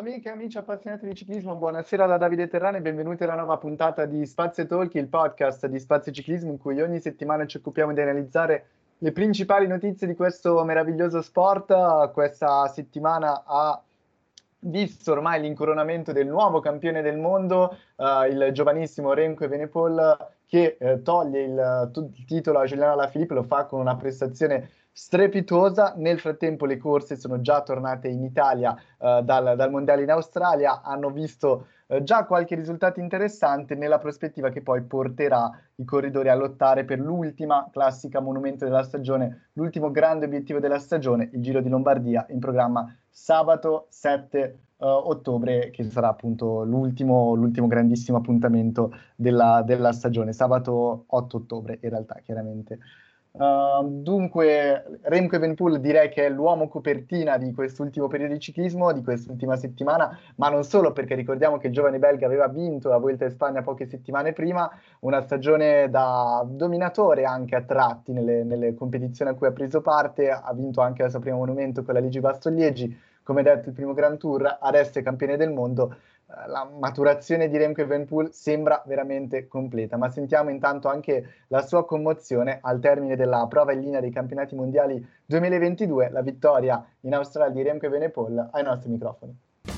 Amiche e amici appassionati di ciclismo, buonasera da Davide Terrani e benvenuti alla nuova puntata di Spazio Talk, il podcast di Spazio Ciclismo in cui ogni settimana ci occupiamo di analizzare le principali notizie di questo meraviglioso sport. Questa settimana ha visto ormai l'incoronamento del nuovo campione del mondo, il giovanissimo Remco Evenepoel, che toglie il titolo a Julian Alaphilippe, lo fa con una prestazione strepitosa. Nel frattempo le corse sono già tornate in Italia dal Mondiale in Australia, hanno visto già qualche risultato interessante nella prospettiva che poi porterà i corridori a lottare per l'ultima classica monumento della stagione, l'ultimo grande obiettivo della stagione, il Giro di Lombardia, in programma sabato 7 ottobre, che sarà appunto l'ultimo grandissimo appuntamento della stagione, sabato 8 ottobre in realtà, chiaramente. Dunque, Remco Evenepoel direi che è l'uomo copertina di quest'ultimo periodo di ciclismo, di quest'ultima settimana, ma non solo, perché ricordiamo che il giovane belga aveva vinto la Vuelta in Spagna poche settimane prima, una stagione da dominatore anche a tratti nelle competizioni a cui ha preso parte, ha vinto anche la sua prima monumento con la Liegi-Bastogliegi, come detto il primo Grand Tour, adesso è campione del mondo. La maturazione di Remco Evenepoel sembra veramente completa, ma sentiamo intanto anche la sua commozione al termine della prova in linea dei campionati mondiali 2022, la vittoria in Australia di Remco Evenepoel ai nostri microfoni.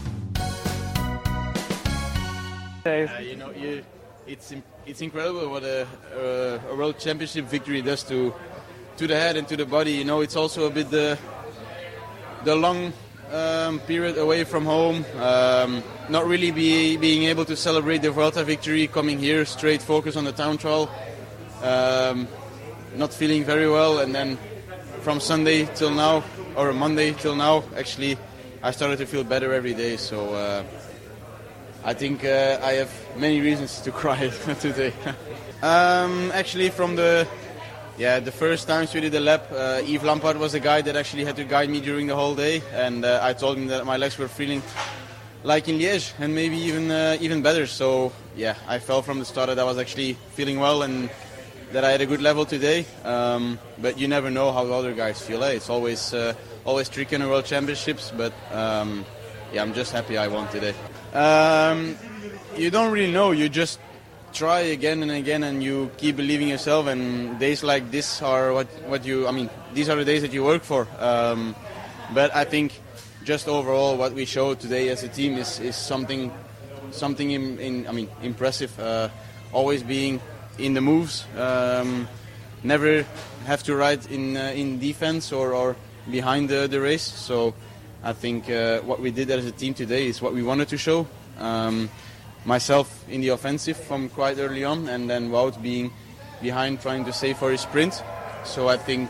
It's incredible what a World Championship victory does to the head and to the body. You know, it's also a bit the long period away from home, not really being able to celebrate the Vuelta victory, coming here straight focus on the town trial, not feeling very well, and then from Sunday till now, or Monday till now, actually I started to feel better every day, so I think I have many reasons to cry today. Actually from the first times we did the lap, Yves Lampaert was the guy that actually had to guide me during the whole day, and I told him that my legs were feeling like in Liège, and maybe even better. So yeah, I felt from the start that I was actually feeling well and that I had a good level today. But you never know how the other guys feel. It's always tricky in the World Championships, but I'm just happy I won today. You don't really know. You just try again and again, and you keep believing yourself, and days like this are these are the days that you work for. But I think just overall what we showed today as a team is something impressive. Always being in the moves, never have to ride in defense or behind the race. So I think what we did as a team today is what we wanted to show. Myself in the offensive from quite early on, and then Wout being behind trying to save for his sprint. So I think,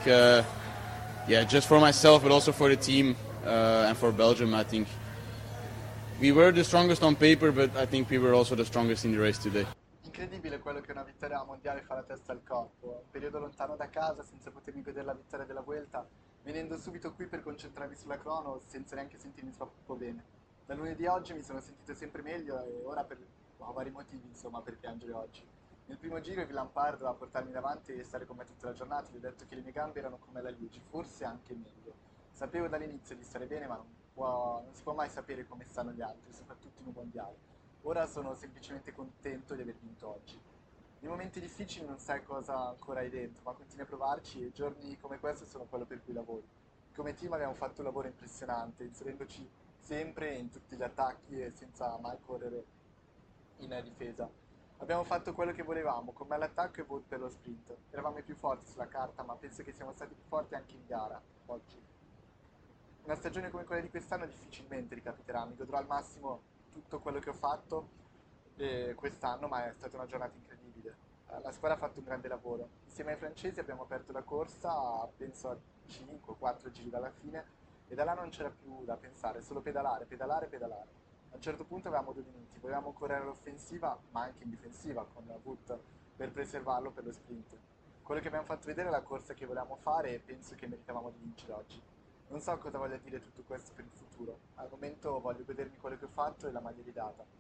just for myself, but also for the team and for Belgium, I think we were the strongest on paper, but I think we were also the strongest in the race today. Incredibile quello che una vittoria mondiale fa la testa al corpo. Un periodo lontano da casa, senza potermi godere la vittoria della Vuelta, venendo subito qui per concentrarmi sulla crono senza neanche sentirmi troppo bene. Da lunedì a oggi mi sono sentito sempre meglio e ora per vari motivi, insomma, per piangere oggi. Nel primo giro Yves Lampaert doveva portarmi davanti e stare con me tutta la giornata, gli ho detto che le mie gambe erano come la Liegi, forse anche meglio. Sapevo dall'inizio di stare bene, ma non si può mai sapere come stanno gli altri, soprattutto in un mondiale. Ora sono semplicemente contento di aver vinto oggi. Nei momenti difficili non sai cosa ancora hai dentro, ma continui a provarci e giorni come questo sono quello per cui lavori. Come team abbiamo fatto un lavoro impressionante, inserendoci sempre in tutti gli attacchi e senza mai correre in difesa. Abbiamo fatto quello che volevamo, con me all'attacco e Wout per lo sprint. Eravamo i più forti sulla carta, ma penso che siamo stati più forti anche in gara oggi. Una stagione come quella di quest'anno difficilmente ricapiterà, mi godrò al massimo tutto quello che ho fatto quest'anno, ma è stata una giornata incredibile. La squadra ha fatto un grande lavoro. Insieme ai francesi abbiamo aperto la corsa, penso a 5-4 giri dalla fine, e da là non c'era più da pensare, solo pedalare. A un certo punto avevamo 2 minuti, volevamo correre all'offensiva ma anche in difensiva con Wout per preservarlo per lo sprint. Quello che abbiamo fatto vedere è la corsa che volevamo fare e penso che meritavamo di vincere oggi. Non so cosa voglia dire tutto questo per il futuro, al momento voglio godermi quello che ho fatto e la maglia ridata.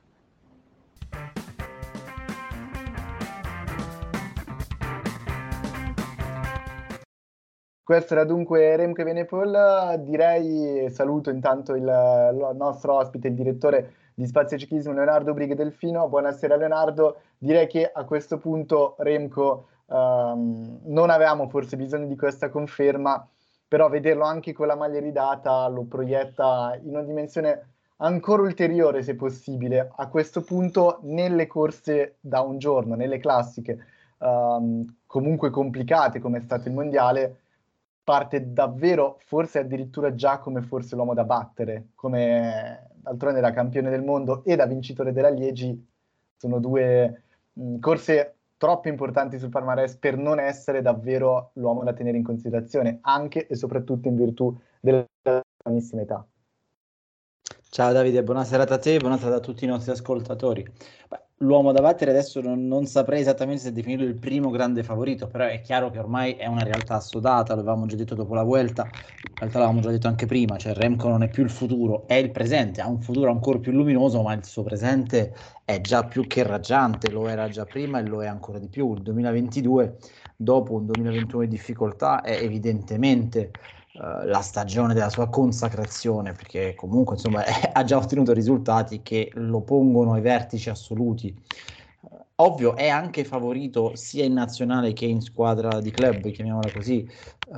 Questo era dunque Remco Evenepoel. Direi saluto intanto il nostro ospite, il direttore di Spazio Ciclismo, Leonardo Brighe Delfino. Buonasera Leonardo. Direi che a questo punto Remco non avevamo forse bisogno di questa conferma, però vederlo anche con la maglia ridata lo proietta in una dimensione ancora ulteriore, se possibile, a questo punto nelle corse da un giorno, nelle classiche comunque complicate come è stato il mondiale, parte davvero, forse addirittura già come forse l'uomo da battere, come d'altronde da campione del mondo e da vincitore della Liegi, sono due corse troppo importanti sul palmarès per non essere davvero l'uomo da tenere in considerazione, anche e soprattutto in virtù della giovanissima età. Ciao Davide, buona serata a te, buona serata a tutti i nostri ascoltatori. Beh, l'uomo da battere adesso non saprei esattamente se definirlo il primo grande favorito, però è chiaro che ormai è una realtà assodata, l'avevamo già detto dopo la Vuelta, in realtà l'avevamo già detto anche prima, cioè Remco non è più il futuro, è il presente, ha un futuro ancora più luminoso, ma il suo presente è già più che raggiante, lo era già prima e lo è ancora di più. Il 2022, dopo un 2021 di difficoltà, è evidentemente la stagione della sua consacrazione, perché comunque insomma ha già ottenuto risultati che lo pongono ai vertici assoluti. Ovvio, è anche favorito sia in nazionale che in squadra di club, chiamiamola così,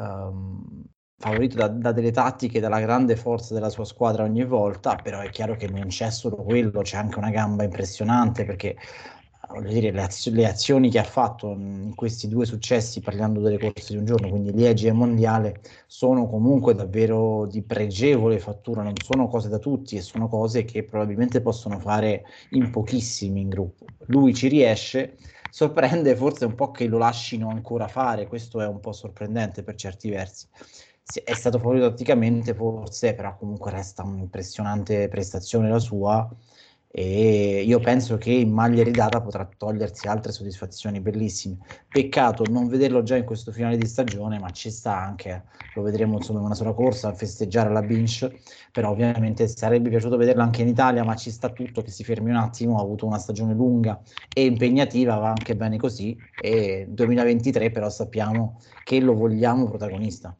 favorito da delle tattiche, dalla grande forza della sua squadra ogni volta, però è chiaro che non c'è solo quello, c'è anche una gamba impressionante, perché voglio dire, le azioni che ha fatto in questi due successi, parlando delle corse di un giorno, quindi Liegi e Mondiale, sono comunque davvero di pregevole fattura, non sono cose da tutti e sono cose che probabilmente possono fare in pochissimi in gruppo. Lui ci riesce, sorprende forse un po' che lo lasciino ancora fare, questo è un po' sorprendente per certi versi. È stato favorito tatticamente forse, però comunque resta un'impressionante prestazione la sua e io penso che in maglia ridata potrà togliersi altre soddisfazioni bellissime. Peccato non vederlo già in questo finale di stagione, ma ci sta anche, lo vedremo insomma in una sola corsa a festeggiare alla Binche, però ovviamente sarebbe piaciuto vederlo anche in Italia, ma ci sta tutto che si fermi un attimo, ha avuto una stagione lunga e impegnativa, va anche bene così e 2023 però sappiamo che lo vogliamo protagonista.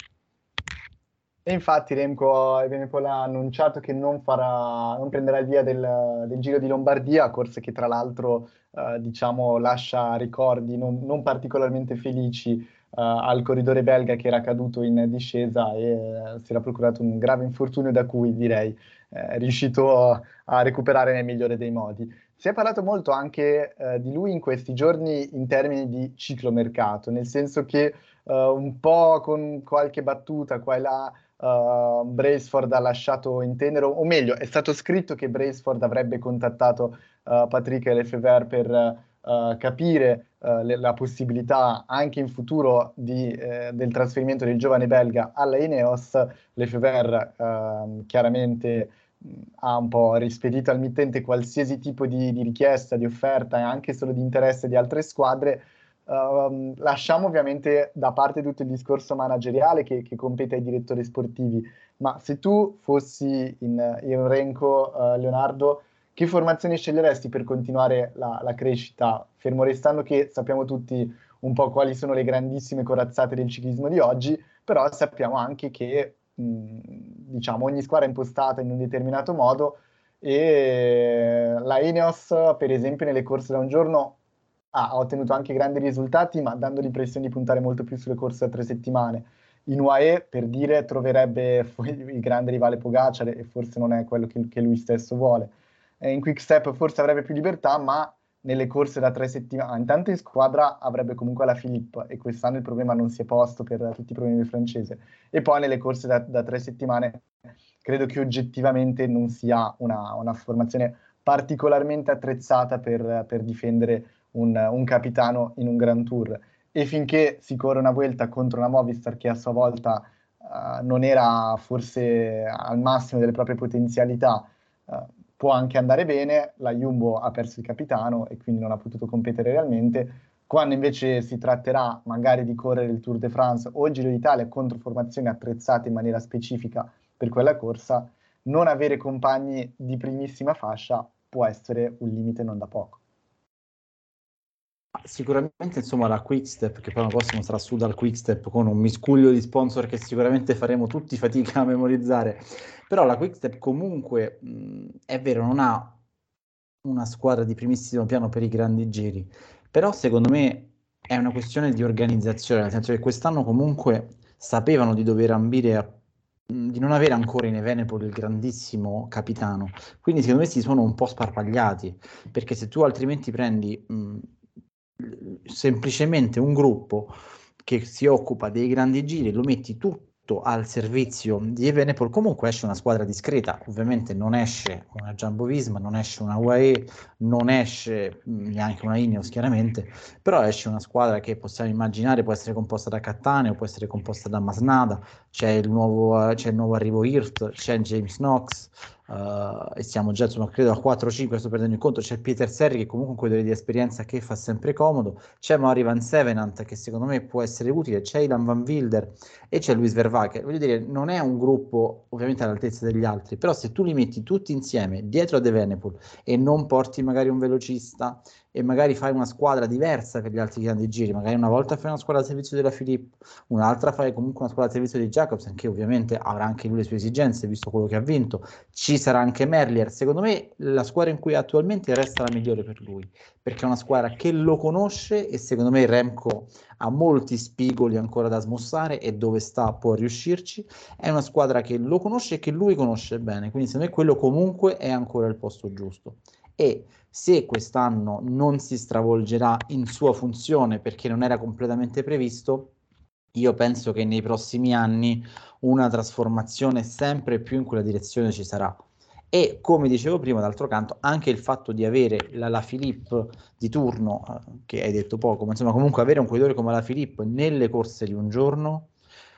E infatti Remco Evenepoel ha annunciato che non prenderà il via del Giro di Lombardia, corsa che tra l'altro diciamo, lascia ricordi non particolarmente felici al corridore belga che era caduto in discesa e si era procurato un grave infortunio da cui direi è riuscito a recuperare nel migliore dei modi. Si è parlato molto anche di lui in questi giorni in termini di ciclomercato, nel senso che un po' con qualche battuta qua e là Brailsford ha lasciato intendere, o meglio, è stato scritto che Brailsford avrebbe contattato Patrick Lefevere per capire la possibilità anche in futuro del trasferimento del giovane belga alla Ineos. Lefevere chiaramente ha un po' rispedito al mittente qualsiasi tipo di richiesta, di offerta e anche solo di interesse di altre squadre. Lasciamo ovviamente da parte tutto il discorso manageriale che compete ai direttori sportivi, ma se tu fossi in Renko, Leonardo, che formazione sceglieresti per continuare la crescita? Fermo restando che sappiamo tutti un po' quali sono le grandissime corazzate del ciclismo di oggi, però sappiamo anche che diciamo, ogni squadra è impostata in un determinato modo e la Ineos, per esempio, nelle corse da un giorno ha ottenuto anche grandi risultati, ma dando l'impressione di puntare molto più sulle corse a 3 settimane. In UAE, per dire, troverebbe il grande rivale Pogacar e forse non è quello che lui stesso vuole. In Quick Step forse avrebbe più libertà, ma nelle corse da 3 settimane, intanto in squadra avrebbe comunque la Philippe e quest'anno il problema non si è posto per tutti i problemi del francese. E poi nelle corse da 3 settimane credo che oggettivamente non sia una formazione particolarmente attrezzata per difendere un capitano in un Grand Tour. E finché si corre una Vuelta contro una Movistar che a sua volta non era forse al massimo delle proprie potenzialità, può anche andare bene. La Jumbo ha perso il capitano e quindi non ha potuto competere realmente. Quando invece si tratterà magari di correre il Tour de France o il Giro d'Italia contro formazioni attrezzate in maniera specifica per quella corsa, non avere compagni di primissima fascia può essere un limite non da poco. Sicuramente insomma la Quickstep, che poi l'anno prossimo sarà su dal Quickstep con un miscuglio di sponsor che sicuramente faremo tutti fatica a memorizzare, però la Quickstep comunque è vero, non ha una squadra di primissimo piano per i grandi giri, però secondo me è una questione di organizzazione, nel senso che quest'anno comunque sapevano di dover ambire di non avere ancora in Evenepoel il grandissimo capitano, quindi secondo me si sono un po' sparpagliati, perché se tu altrimenti prendi semplicemente un gruppo che si occupa dei grandi giri, lo metti tutto al servizio di Evenepoel, comunque esce una squadra discreta, ovviamente non esce una Jumbo Visma, non esce una UAE, non esce neanche una Ineos chiaramente, però esce una squadra che possiamo immaginare può essere composta da Cattaneo, può essere composta da Masnada, c'è il nuovo arrivo Hirt, c'è James Knox, e siamo già insomma credo a 4-5, sto perdendo il conto, c'è Peter Serri che comunque è un corridore di esperienza che fa sempre comodo, c'è Mauri Van Sevenant che secondo me può essere utile, c'è Ilan Van Wilder e c'è Luis Vervaeke. Voglio dire, non è un gruppo ovviamente all'altezza degli altri, però se tu li metti tutti insieme dietro a De Venepool e non porti magari un velocista e magari fai una squadra diversa per gli altri grandi giri, magari una volta fai una squadra al servizio della Filippo, un'altra fai comunque una squadra al servizio di Jacobsen, che ovviamente avrà anche lui le sue esigenze, visto quello che ha vinto, ci sarà anche Merlier. Secondo me la squadra in cui è attualmente resta la migliore per lui, perché è una squadra che lo conosce e secondo me Remco ha molti spigoli ancora da smussare e dove sta può riuscirci. È una squadra che lo conosce e che lui conosce bene, quindi secondo me quello comunque è ancora il posto giusto. E se quest'anno non si stravolgerà in sua funzione perché non era completamente previsto, io penso che nei prossimi anni una trasformazione sempre più in quella direzione ci sarà. E come dicevo prima, d'altro canto, anche il fatto di avere la Philippe di turno, che hai detto poco, ma insomma comunque avere un corridore come la Philippe nelle corse di un giorno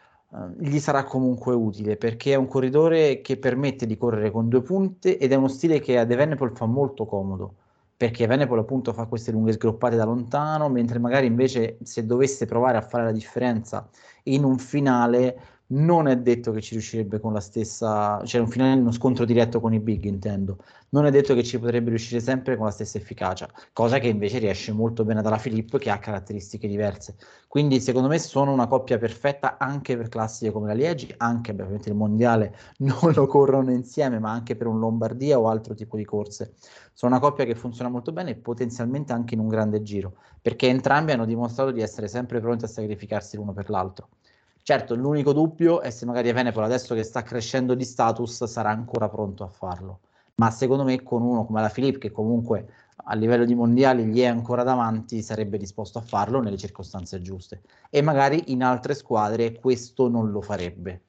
gli sarà comunque utile perché è un corridore che permette di correre con due punte ed è uno stile che a De Venepoel fa molto comodo perché Venepoel appunto fa queste lunghe sgroppate da lontano, mentre magari invece se dovesse provare a fare la differenza in un finale non è detto che ci riuscirebbe con la stessa, cioè un finale in uno scontro diretto con i big intendo, non è detto che ci potrebbe riuscire sempre con la stessa efficacia, cosa che invece riesce molto bene dalla Filippo che ha caratteristiche diverse. Quindi secondo me sono una coppia perfetta anche per classiche come la Liegi, anche beh, ovviamente il mondiale non lo corrono insieme, ma anche per un Lombardia o altro tipo di corse. Sono una coppia che funziona molto bene e potenzialmente anche in un grande giro, perché entrambi hanno dimostrato di essere sempre pronti a sacrificarsi l'uno per l'altro. Certo, l'unico dubbio è se magari Evenepoel adesso che sta crescendo di status sarà ancora pronto a farlo. Ma secondo me con uno come la Philippe, che comunque a livello di mondiali gli è ancora davanti, sarebbe disposto a farlo nelle circostanze giuste. E magari in altre squadre questo non lo farebbe.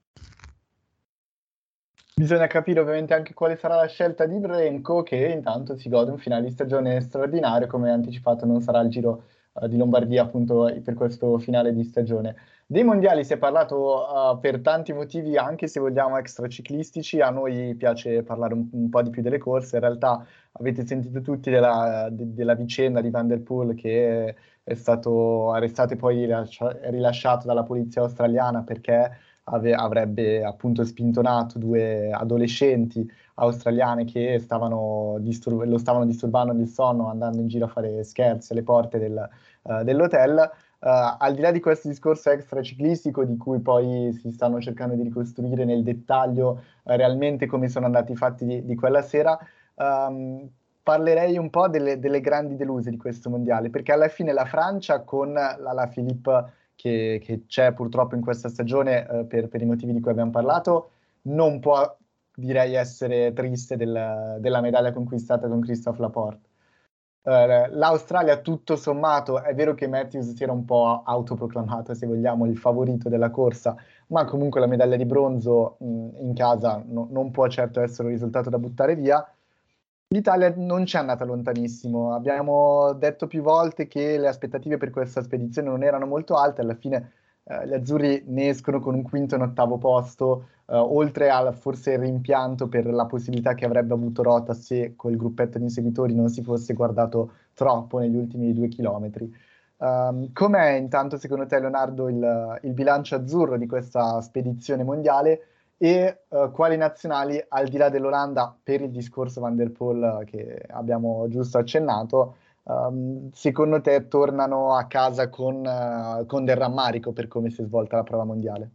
Bisogna capire ovviamente anche quale sarà la scelta di Brenco, che intanto si gode un finale di stagione straordinario, come anticipato non sarà il Giro di Lombardia appunto per questo finale di stagione. Dei mondiali si è parlato per tanti motivi, anche se vogliamo extraciclistici, a noi piace parlare un po' di più delle corse, in realtà avete sentito tutti della vicenda di Van der Poel che è stato arrestato e poi rilasciato dalla polizia australiana perché avrebbe appunto spintonato due adolescenti australiane che lo stavano disturbando nel sonno andando in giro a fare scherzi alle porte dell'hotel. Al di là di questo discorso extraciclistico di cui poi si stanno cercando di ricostruire nel dettaglio realmente come sono andati i fatti di quella sera, parlerei un po' delle grandi deluse di questo mondiale, perché alla fine la Francia con la Philippe che c'è purtroppo in questa stagione per i motivi di cui abbiamo parlato, non può direi essere triste della medaglia conquistata con Christophe Laporte. L'Australia tutto sommato è vero che Matthews si era un po' autoproclamato se vogliamo il favorito della corsa, ma comunque la medaglia di bronzo in casa non può certo essere un risultato da buttare via. L'Italia non ci è andata lontanissimo, abbiamo detto più volte che le aspettative per questa spedizione non erano molto alte, alla fine gli azzurri ne escono con un quinto e un ottavo posto, oltre al forse il rimpianto per la possibilità che avrebbe avuto Rota se col gruppetto di inseguitori non si fosse guardato troppo negli ultimi 2 chilometri. Com'è intanto secondo te Leonardo il bilancio azzurro di questa spedizione mondiale? E quali nazionali, al di là dell'Olanda, per il discorso Van der Poel che abbiamo giusto accennato, secondo te tornano a casa con del rammarico per come si è svolta la prova mondiale?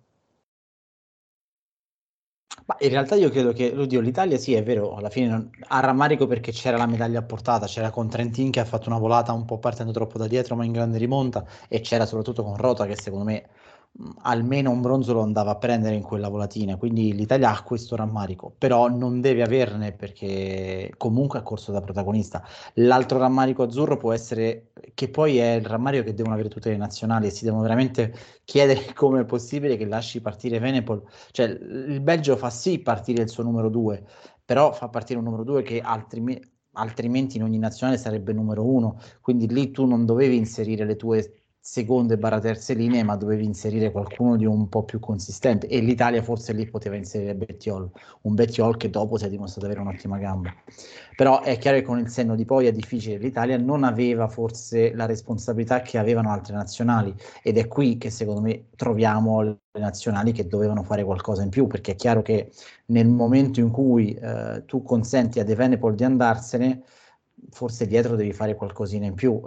Ma in realtà io credo che, oddio, l'Italia sì, è vero, alla fine ha rammarico perché c'era la medaglia a portata, c'era con Trentin che ha fatto una volata un po' partendo troppo da dietro ma in grande rimonta, e c'era soprattutto con Rota che secondo me almeno un bronzo lo andava a prendere in quella volatina, quindi l'Italia ha questo rammarico, però non deve averne perché comunque ha corso da protagonista. L'altro rammarico azzurro può essere che poi è il rammarico che devono avere tutte le nazionali e si devono veramente chiedere come è possibile che lasci partire Venepol. Cioè, il Belgio fa sì partire il suo numero 2, però fa partire un numero 2 che altrimenti in ogni nazionale sarebbe numero 1. Quindi lì tu non dovevi inserire le tue seconde barra terze linee, ma dovevi inserire qualcuno di un po' più consistente. E l'Italia forse lì poteva inserire Bettiol, un Bettiol che dopo si è dimostrato avere un'ottima gamba. Però è chiaro che con il senno di poi è difficile. L'Italia non aveva forse la responsabilità che avevano altre nazionali, ed è qui che secondo me troviamo le nazionali che dovevano fare qualcosa in più, perché è chiaro che nel momento in cui tu consenti a De Venepol di andarsene, forse dietro devi fare qualcosina in più,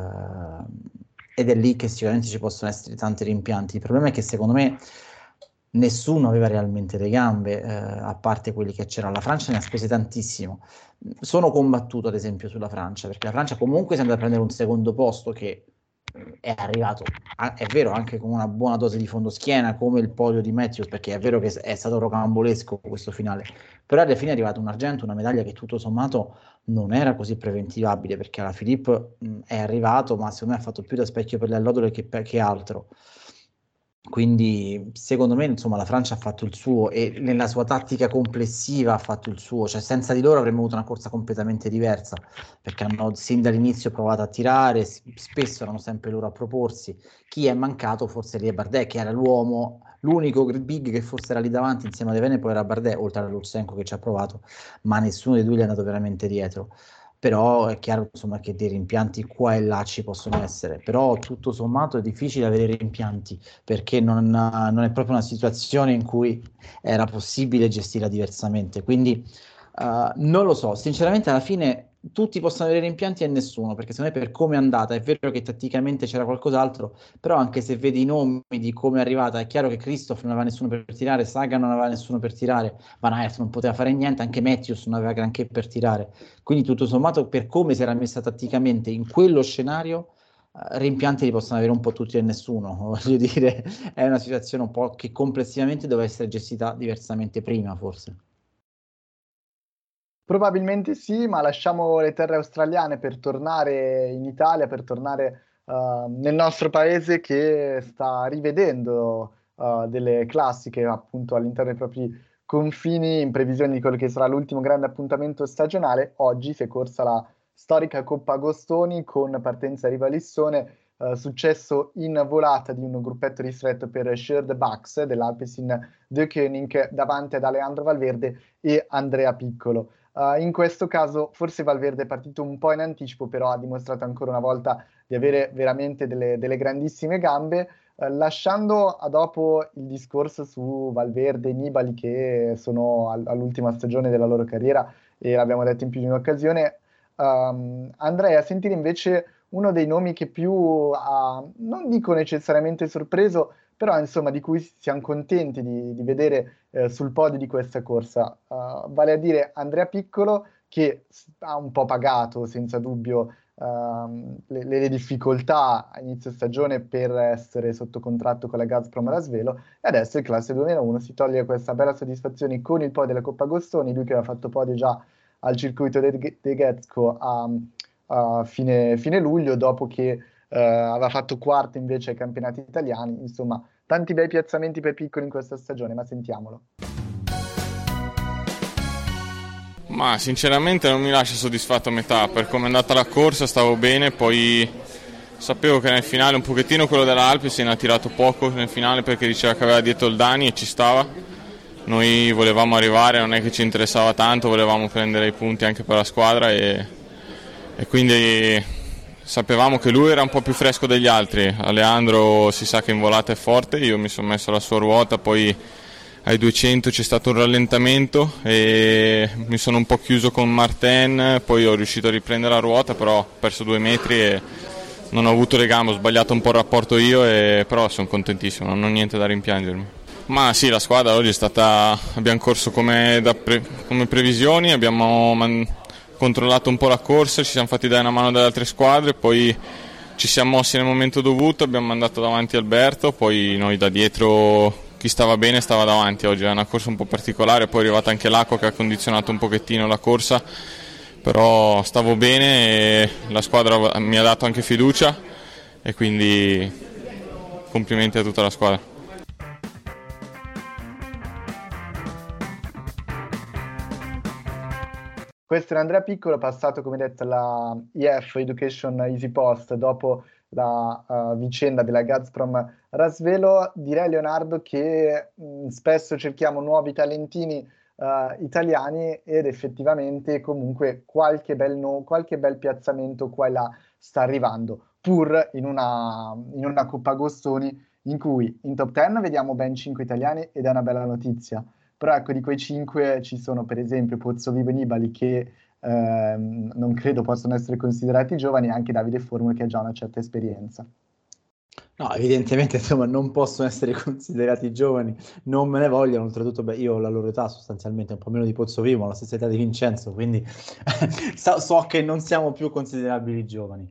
ed è lì che sicuramente ci possono essere tanti rimpianti. Il problema è che secondo me nessuno aveva realmente le gambe, a parte quelli che c'erano. La Francia ne ha spese tantissimo. Sono combattuto ad esempio sulla Francia, perché la Francia comunque si è andata a prendere un secondo posto che è arrivato, è vero, anche con una buona dose di fondoschiena come il podio di Matthews, perché è vero che è stato rocambolesco questo finale, però alla fine è arrivato un argento, una medaglia che tutto sommato non era così preventivabile, perché alla Philippe è arrivato, ma secondo me ha fatto più da specchio per le allodole che altro. Quindi secondo me insomma la Francia ha fatto il suo e nella sua tattica complessiva ha fatto il suo, cioè senza di loro avremmo avuto una corsa completamente diversa, perché hanno sin dall'inizio provato a tirare, spesso erano sempre loro a proporsi. Chi è mancato forse lì è Bardet, che era l'uomo, l'unico big che forse era lì davanti insieme a De Venepol era Bardet, oltre a Lutsenko che ci ha provato, ma nessuno dei due gli è andato veramente dietro. Però è chiaro insomma che dei rimpianti qua e là ci possono essere, però tutto sommato è difficile avere rimpianti perché non è proprio una situazione in cui era possibile gestirla diversamente. Quindi non lo so, sinceramente alla fine tutti possono avere rimpianti e nessuno, perché secondo me per come è andata è vero che tatticamente c'era qualcos'altro, però anche se vedi i nomi di come è arrivata, è chiaro che Christoph non aveva nessuno per tirare, Sagan non aveva nessuno per tirare, Van Aert non poteva fare niente, anche Matthews non aveva granché per tirare. Quindi tutto sommato per come si era messa tatticamente in quello scenario, rimpianti li possono avere un po' tutti e nessuno. Voglio dire, è una situazione un po' che complessivamente doveva essere gestita diversamente prima, forse. Probabilmente sì, ma lasciamo le terre australiane per tornare in Italia, per tornare nel nostro paese che sta rivedendo delle classiche appunto all'interno dei propri confini in previsione di quello che sarà l'ultimo grande appuntamento stagionale. Oggi si è corsa la storica Coppa Agostoni con partenza a Rivalissone, successo in volata di un gruppetto ristretto per Sjoerd Baks dell'Alpecin De Koning davanti ad Alejandro Valverde e Andrea Piccolo. In questo caso forse Valverde è partito un po' in anticipo, però ha dimostrato ancora una volta di avere veramente delle grandissime gambe, lasciando a dopo il discorso su Valverde e Nibali che sono all'ultima stagione della loro carriera e l'abbiamo detto in più di un'occasione. Andrei a sentire invece uno dei nomi che più ha, non dico necessariamente sorpreso, però insomma di cui siamo contenti di vedere sul podio di questa corsa, vale a dire Andrea Piccolo che ha un po' pagato senza dubbio le difficoltà a inizio stagione per essere sotto contratto con la Gazprom Rasvelo e adesso in classe 2001 si toglie questa bella soddisfazione con il podio della Coppa Agostoni, lui che aveva fatto podio già al circuito de Getxo a fine luglio dopo che aveva fatto quarto invece ai campionati italiani. Insomma, tanti bei piazzamenti per Piccolo in questa stagione, ma sentiamolo. Ma sinceramente non mi lascia soddisfatto a metà, per come è andata la corsa stavo bene, poi sapevo che nel finale un pochettino quello dell'Alpi se ne ha tirato poco nel finale perché diceva che aveva dietro il Dani e ci stava. Noi volevamo arrivare, non è che ci interessava tanto, volevamo prendere i punti anche per la squadra e quindi sapevamo che lui era un po' più fresco degli altri. Alejandro si sa che in volata è forte, io mi sono messo alla sua ruota, poi ai 200 c'è stato un rallentamento e mi sono un po' chiuso con Martin, poi ho riuscito a riprendere la ruota, però ho perso 2 metri e non ho avuto le gambe, ho sbagliato un po' il rapporto io, però sono contentissimo, non ho niente da rimpiangermi. Ma sì, la squadra oggi è stata, abbiamo corso come previsioni, abbiamo controllato un po' la corsa, ci siamo fatti dare una mano dalle altre squadre, poi ci siamo mossi nel momento dovuto, abbiamo mandato davanti Alberto, poi noi da dietro chi stava bene stava davanti. Oggi è una corsa un po' particolare, poi è arrivata anche l'acqua che ha condizionato un pochettino la corsa, però stavo bene e la squadra mi ha dato anche fiducia e quindi complimenti a tutta la squadra. Questo è Andrea Piccolo, passato come detto alla IF Education Easy Post dopo la vicenda della Gazprom Rasvelo. Direi, Leonardo, che spesso cerchiamo nuovi talentini italiani ed effettivamente comunque qualche bel piazzamento qua e là sta arrivando, pur in una Coppa Agostoni in cui in top 10 vediamo ben 5 italiani ed è una bella notizia. Però ecco, di quei 5 ci sono per esempio Pozzovivo e Nibali che non credo possano essere considerati giovani, e anche Davide Formolo che ha già una certa esperienza. No, evidentemente insomma non possono essere considerati giovani, non me ne vogliono, oltretutto io ho la loro età sostanzialmente, un po' meno di Pozzovivo, ho la stessa età di Vincenzo, quindi so che non siamo più considerabili giovani.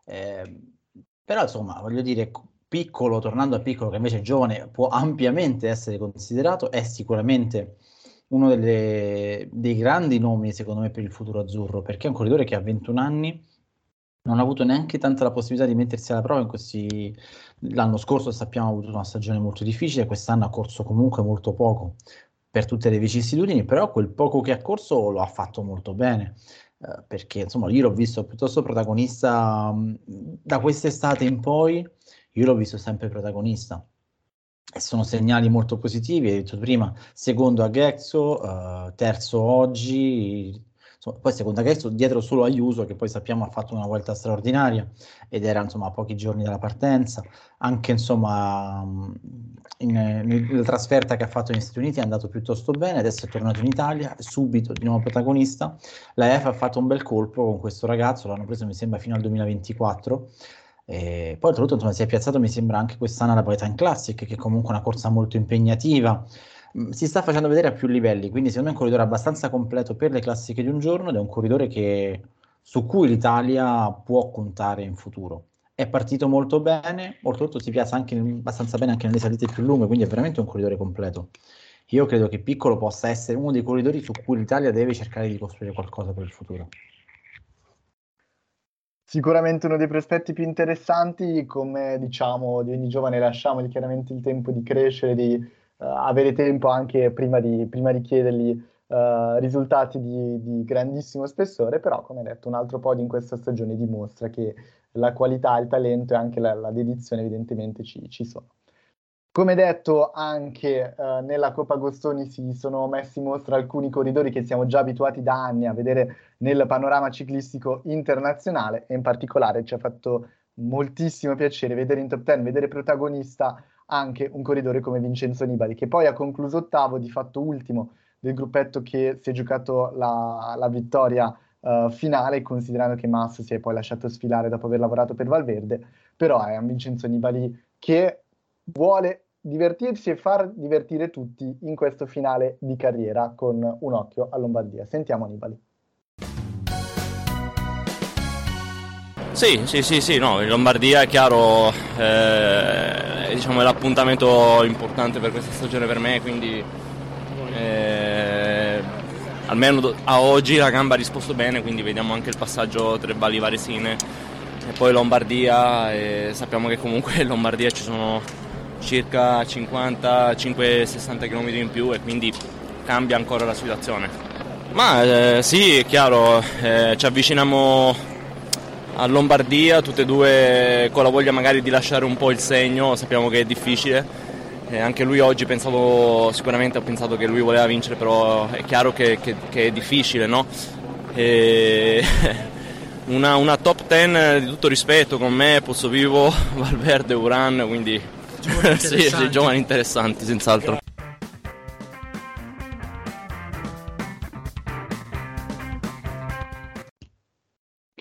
Però insomma, voglio dire, Piccolo, tornando a Piccolo, che invece è giovane, può ampiamente essere considerato, è sicuramente uno dei grandi nomi secondo me per il futuro azzurro, perché è un corridore che a 21 anni non ha avuto neanche tanta la possibilità di mettersi alla prova l'anno scorso sappiamo ha avuto una stagione molto difficile, quest'anno ha corso comunque molto poco per tutte le vicissitudini, però quel poco che ha corso lo ha fatto molto bene. Perché insomma io l'ho visto piuttosto protagonista da quest'estate in poi. Io l'ho visto sempre protagonista e sono segnali molto positivi, hai detto prima, secondo a Ghexo, terzo oggi, insomma, poi secondo a Ghexo, dietro solo Ayuso che poi sappiamo ha fatto una volta straordinaria ed era insomma a pochi giorni dalla partenza, anche insomma nella trasferta che ha fatto negli Stati Uniti è andato piuttosto bene, adesso è tornato in Italia, subito di nuovo protagonista, la EF ha fatto un bel colpo con questo ragazzo, l'hanno preso mi sembra fino al 2024, e poi oltretutto insomma, si è piazzato mi sembra anche quest'anno alla Brighton Classic, che è comunque una corsa molto impegnativa, si sta facendo vedere a più livelli, quindi secondo me è un corridore abbastanza completo per le classiche di un giorno ed è un corridore su cui l'Italia può contare in futuro. È partito molto bene, oltretutto si piazza anche abbastanza bene anche nelle salite più lunghe, quindi è veramente un corridore completo. Io credo che Piccolo possa essere uno dei corridori su cui l'Italia deve cercare di costruire qualcosa per il futuro. Sicuramente uno dei prospetti più interessanti, come diciamo di ogni giovane lasciamogli chiaramente il tempo di crescere, di avere tempo anche prima di chiedergli risultati di grandissimo spessore, però come detto un altro podio in questa stagione dimostra che la qualità, il talento e anche la dedizione evidentemente ci sono. Come detto, anche nella Coppa Agostoni si sono messi in mostra alcuni corridori che siamo già abituati da anni a vedere nel panorama ciclistico internazionale e in particolare ci ha fatto moltissimo piacere vedere in top 10, vedere protagonista anche un corridore come Vincenzo Nibali, che poi ha concluso ottavo, di fatto ultimo del gruppetto che si è giocato la vittoria finale, considerando che Mas si è poi lasciato sfilare dopo aver lavorato per Valverde, però è un Vincenzo Nibali che vuole divertirsi e far divertire tutti in questo finale di carriera con un occhio a Lombardia. Sentiamo Nibali. Sì, no, in Lombardia è chiaro, diciamo è l'appuntamento importante per questa stagione per me, quindi almeno a oggi la gamba ha risposto bene, quindi vediamo anche il passaggio tra Valli Varesine e poi Lombardia, sappiamo che comunque in Lombardia ci sono circa 50-60 km in più e quindi cambia ancora la situazione. Ma sì, è chiaro, ci avviciniamo a Lombardia, tutte e due con la voglia magari di lasciare un po' il segno, sappiamo che è difficile, anche lui oggi sicuramente ho pensato che lui voleva vincere, però è chiaro che è difficile, no? Una top 10 di tutto rispetto con me, Pozzovivo, Valverde, Uran, quindi sì, giovani interessanti senz'altro.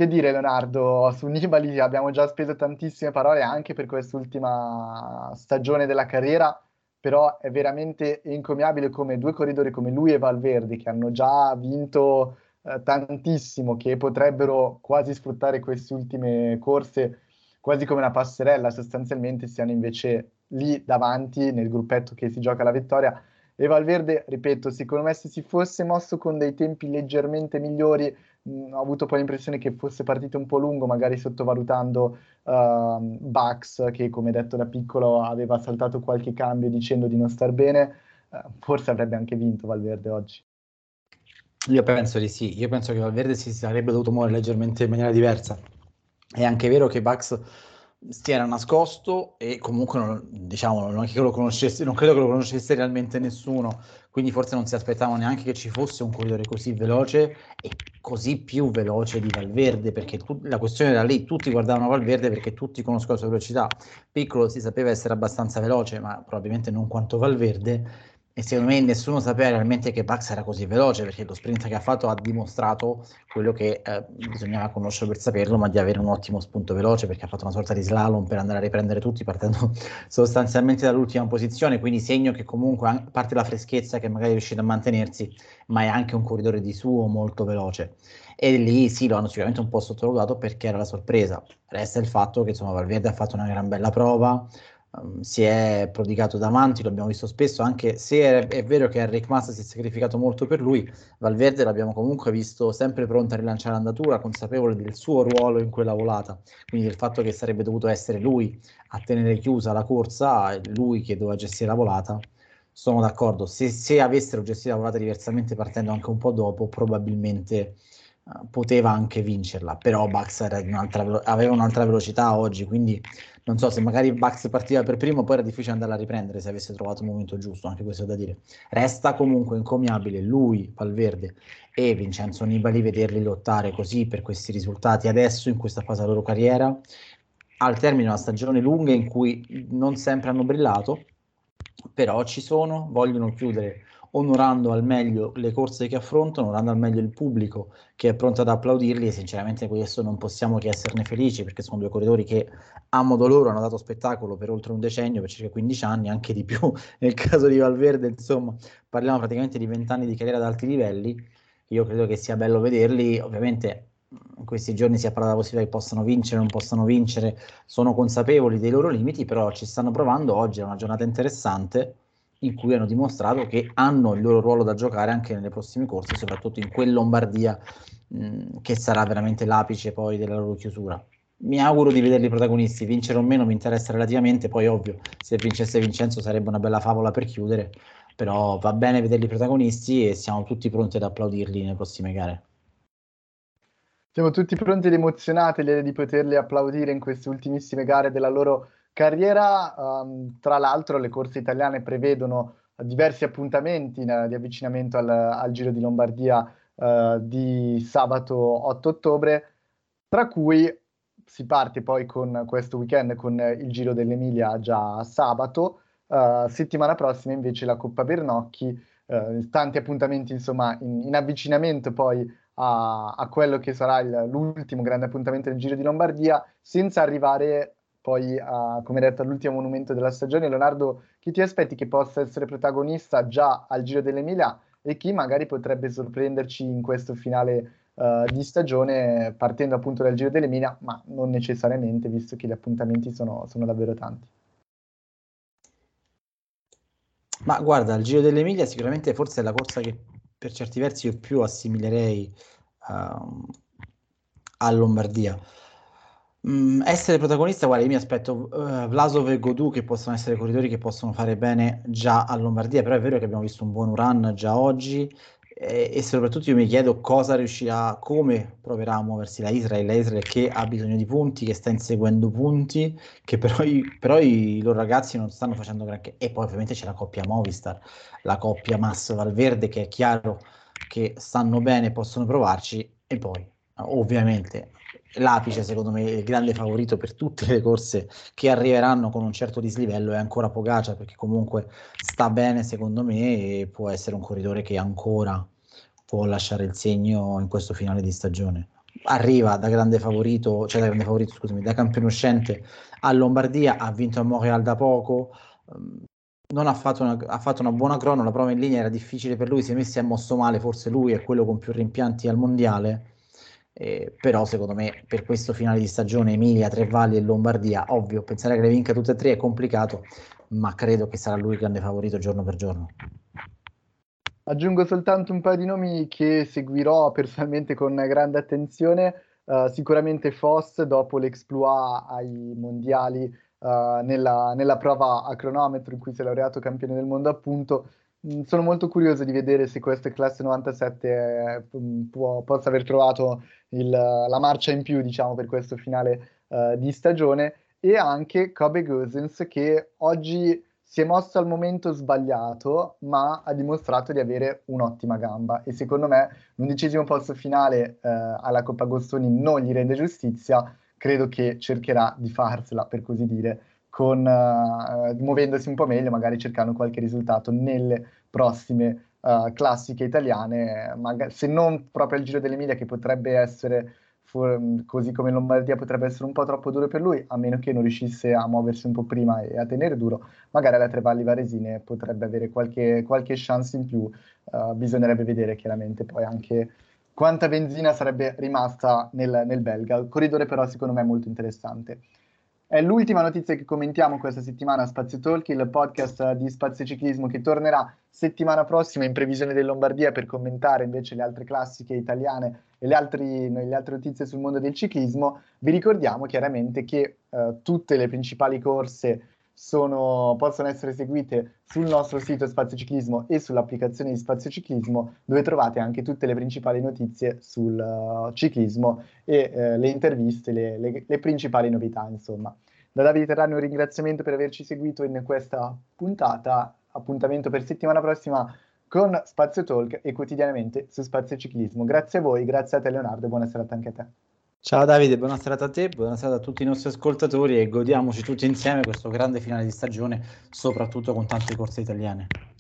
Che dire, Leonardo, su Nibali abbiamo già speso tantissime parole anche per quest'ultima stagione della carriera, però è veramente encomiabile come due corridori come lui e Valverde, che hanno già vinto tantissimo, che potrebbero quasi sfruttare queste ultime corse quasi come una passerella, sostanzialmente siano invece lì davanti nel gruppetto che si gioca la vittoria. E Valverde, ripeto, secondo me se si fosse mosso con dei tempi leggermente migliori, ho avuto poi l'impressione che fosse partito un po' lungo, magari sottovalutando Bax, che come detto da piccolo aveva saltato qualche cambio dicendo di non star bene, forse avrebbe anche vinto Valverde oggi. Io penso di sì, io penso che Valverde si sarebbe dovuto muovere leggermente in maniera diversa. È anche vero che Bax si era nascosto e comunque diciamo, non è che lo conoscesse, non credo che lo conoscesse realmente nessuno, quindi forse non si aspettavano neanche che ci fosse un corridore così veloce e così più veloce di Valverde, perché la questione era lì, tutti guardavano Valverde perché tutti conoscono la sua velocità. Piccolo si sapeva essere abbastanza veloce, ma probabilmente non quanto Valverde. E secondo me nessuno sapeva realmente che Bax era così veloce, perché lo sprint che ha fatto ha dimostrato quello che bisognava conoscere per saperlo, ma di avere un ottimo spunto veloce, perché ha fatto una sorta di slalom per andare a riprendere tutti partendo sostanzialmente dall'ultima posizione, quindi segno che comunque, a parte la freschezza che magari è riuscito a mantenersi, ma è anche un corridore di suo molto veloce. E lì sì, lo hanno sicuramente un po' sottovalutato perché era la sorpresa. Resta il fatto che insomma Valverde ha fatto una gran bella prova, si è prodigato davanti, l'abbiamo visto spesso, anche se è vero che Enric Mas si è sacrificato molto per lui, Valverde l'abbiamo comunque visto sempre pronto a rilanciare l'andatura, consapevole del suo ruolo in quella volata, quindi del fatto che sarebbe dovuto essere lui a tenere chiusa la corsa, lui che doveva gestire la volata. Sono d'accordo, se avessero gestito la volata diversamente partendo anche un po' dopo, probabilmente poteva anche vincerla, però Bax aveva un'altra velocità oggi, quindi non so se magari Bax partiva per primo, poi era difficile andarla a riprendere se avesse trovato il momento giusto, anche questo è da dire. Resta comunque incommiabile lui, Valverde e Vincenzo Nibali, vederli lottare così per questi risultati adesso in questa fase della loro carriera, al termine di una stagione lunga in cui non sempre hanno brillato, però ci sono, vogliono chiudere onorando al meglio le corse che affrontano, onorando al meglio il pubblico che è pronto ad applaudirli, e sinceramente questo non possiamo che esserne felici, perché sono due corridori che a modo loro hanno dato spettacolo per oltre un decennio, per circa 15 anni, anche di più nel caso di Valverde, insomma parliamo praticamente di 20 anni di carriera ad alti livelli. Io credo che sia bello vederli. Ovviamente in questi giorni si è parlato della possibilità che possano vincere, non possano vincere, sono consapevoli dei loro limiti, però ci stanno provando. Oggi è una giornata interessante in cui hanno dimostrato che hanno il loro ruolo da giocare anche nelle prossime corse, soprattutto in quel Lombardia che sarà veramente l'apice poi della loro chiusura. Mi auguro di vederli protagonisti, vincere o meno mi interessa relativamente, poi ovvio, se vincesse Vincenzo sarebbe una bella favola per chiudere, però va bene vederli protagonisti e siamo tutti pronti ad applaudirli nelle prossime gare. Siamo tutti pronti ed emozionati di poterli applaudire in queste ultimissime gare della loro carriera. Tra l'altro le corse italiane prevedono diversi appuntamenti di avvicinamento al Giro di Lombardia di sabato 8 ottobre, tra cui si parte poi con questo weekend con il Giro dell'Emilia già sabato, settimana prossima invece la Coppa Bernocchi, tanti appuntamenti insomma in avvicinamento poi a quello che sarà l'ultimo grande appuntamento del Giro di Lombardia, senza arrivare poi, come detto, all'ultimo monumento della stagione. Leonardo, chi ti aspetti che possa essere protagonista già al Giro dell'Emilia e chi magari potrebbe sorprenderci in questo finale di stagione, partendo appunto dal Giro dell'Emilia, ma non necessariamente, visto che gli appuntamenti sono davvero tanti? Ma guarda, il Giro dell'Emilia sicuramente forse è la corsa che per certi versi io più assimilerei a Lombardia. Essere protagonista, guarda, io mi aspetto Vlasov e Godou che possono essere corridori che possono fare bene già a Lombardia, però è vero che abbiamo visto un buon run già oggi e soprattutto io mi chiedo cosa riuscirà, come proverà a muoversi la Israel che ha bisogno di punti, che sta inseguendo punti, che però i loro ragazzi non stanno facendo granché. E poi ovviamente c'è la coppia Movistar, la coppia Mas Valverde, che è chiaro che stanno bene, possono provarci, e poi ovviamente l'apice, secondo me, il grande favorito per tutte le corse che arriveranno con un certo dislivello è ancora Pogacar, perché comunque sta bene, secondo me, e può essere un corridore che ancora può lasciare il segno in questo finale di stagione. arriva da grande favorito, scusami, da campione uscente a Lombardia, ha vinto a Montreal da poco, non ha fatto ha fatto una buona crono, la prova in linea era difficile per lui, si è mosso male, forse lui è quello con più rimpianti al mondiale, però secondo me per questo finale di stagione Emilia, Tre Valli e Lombardia, ovvio, pensare che le vinca tutte e tre è complicato, ma credo che sarà lui il grande favorito giorno per giorno. Aggiungo soltanto un paio di nomi che seguirò personalmente con grande attenzione. Sicuramente Foss, dopo l'exploit ai mondiali, nella prova a cronometro in cui si è laureato campione del mondo, appunto. Sono molto curioso di vedere se questa classe 97 possa aver trovato la marcia in più, diciamo, per questo finale di stagione. E anche Kobe Gosens, che oggi si è mosso al momento sbagliato, ma ha dimostrato di avere un'ottima gamba. E secondo me l'11° posto finale alla Coppa Agostoni non gli rende giustizia. Credo che cercherà di farsela, per così dire, muovendosi un po' meglio, magari cercando qualche risultato nelle prossime classiche italiane, se non proprio al Giro dell'Emilia, che potrebbe essere così come in Lombardia potrebbe essere un po' troppo duro per lui, a meno che non riuscisse a muoversi un po' prima e a tenere duro, magari alle Tre Valli Varesine potrebbe avere qualche chance in più. Bisognerebbe vedere chiaramente poi anche quanta benzina sarebbe rimasta nel belga. Il corridore però secondo me è molto interessante. È l'ultima notizia che commentiamo questa settimana a Spazio Talk, il podcast di Spazio Ciclismo che tornerà settimana prossima in previsione del Lombardia per commentare invece le altre classiche italiane e le altre notizie sul mondo del ciclismo. Vi ricordiamo chiaramente che tutte le principali corse possono essere seguite sul nostro sito Spazio Ciclismo e sull'applicazione di Spazio Ciclismo, dove trovate anche tutte le principali notizie sul ciclismo e le interviste, le principali novità, insomma. Da Davide Terrani un ringraziamento per averci seguito in questa puntata. Appuntamento per settimana prossima con Spazio Talk e quotidianamente su Spazio Ciclismo. Grazie a voi, grazie a te Leonardo e buona serata anche a te. Ciao Davide, buona serata a te, buona serata a tutti i nostri ascoltatori e godiamoci tutti insieme questo grande finale di stagione, soprattutto con tante corse italiane.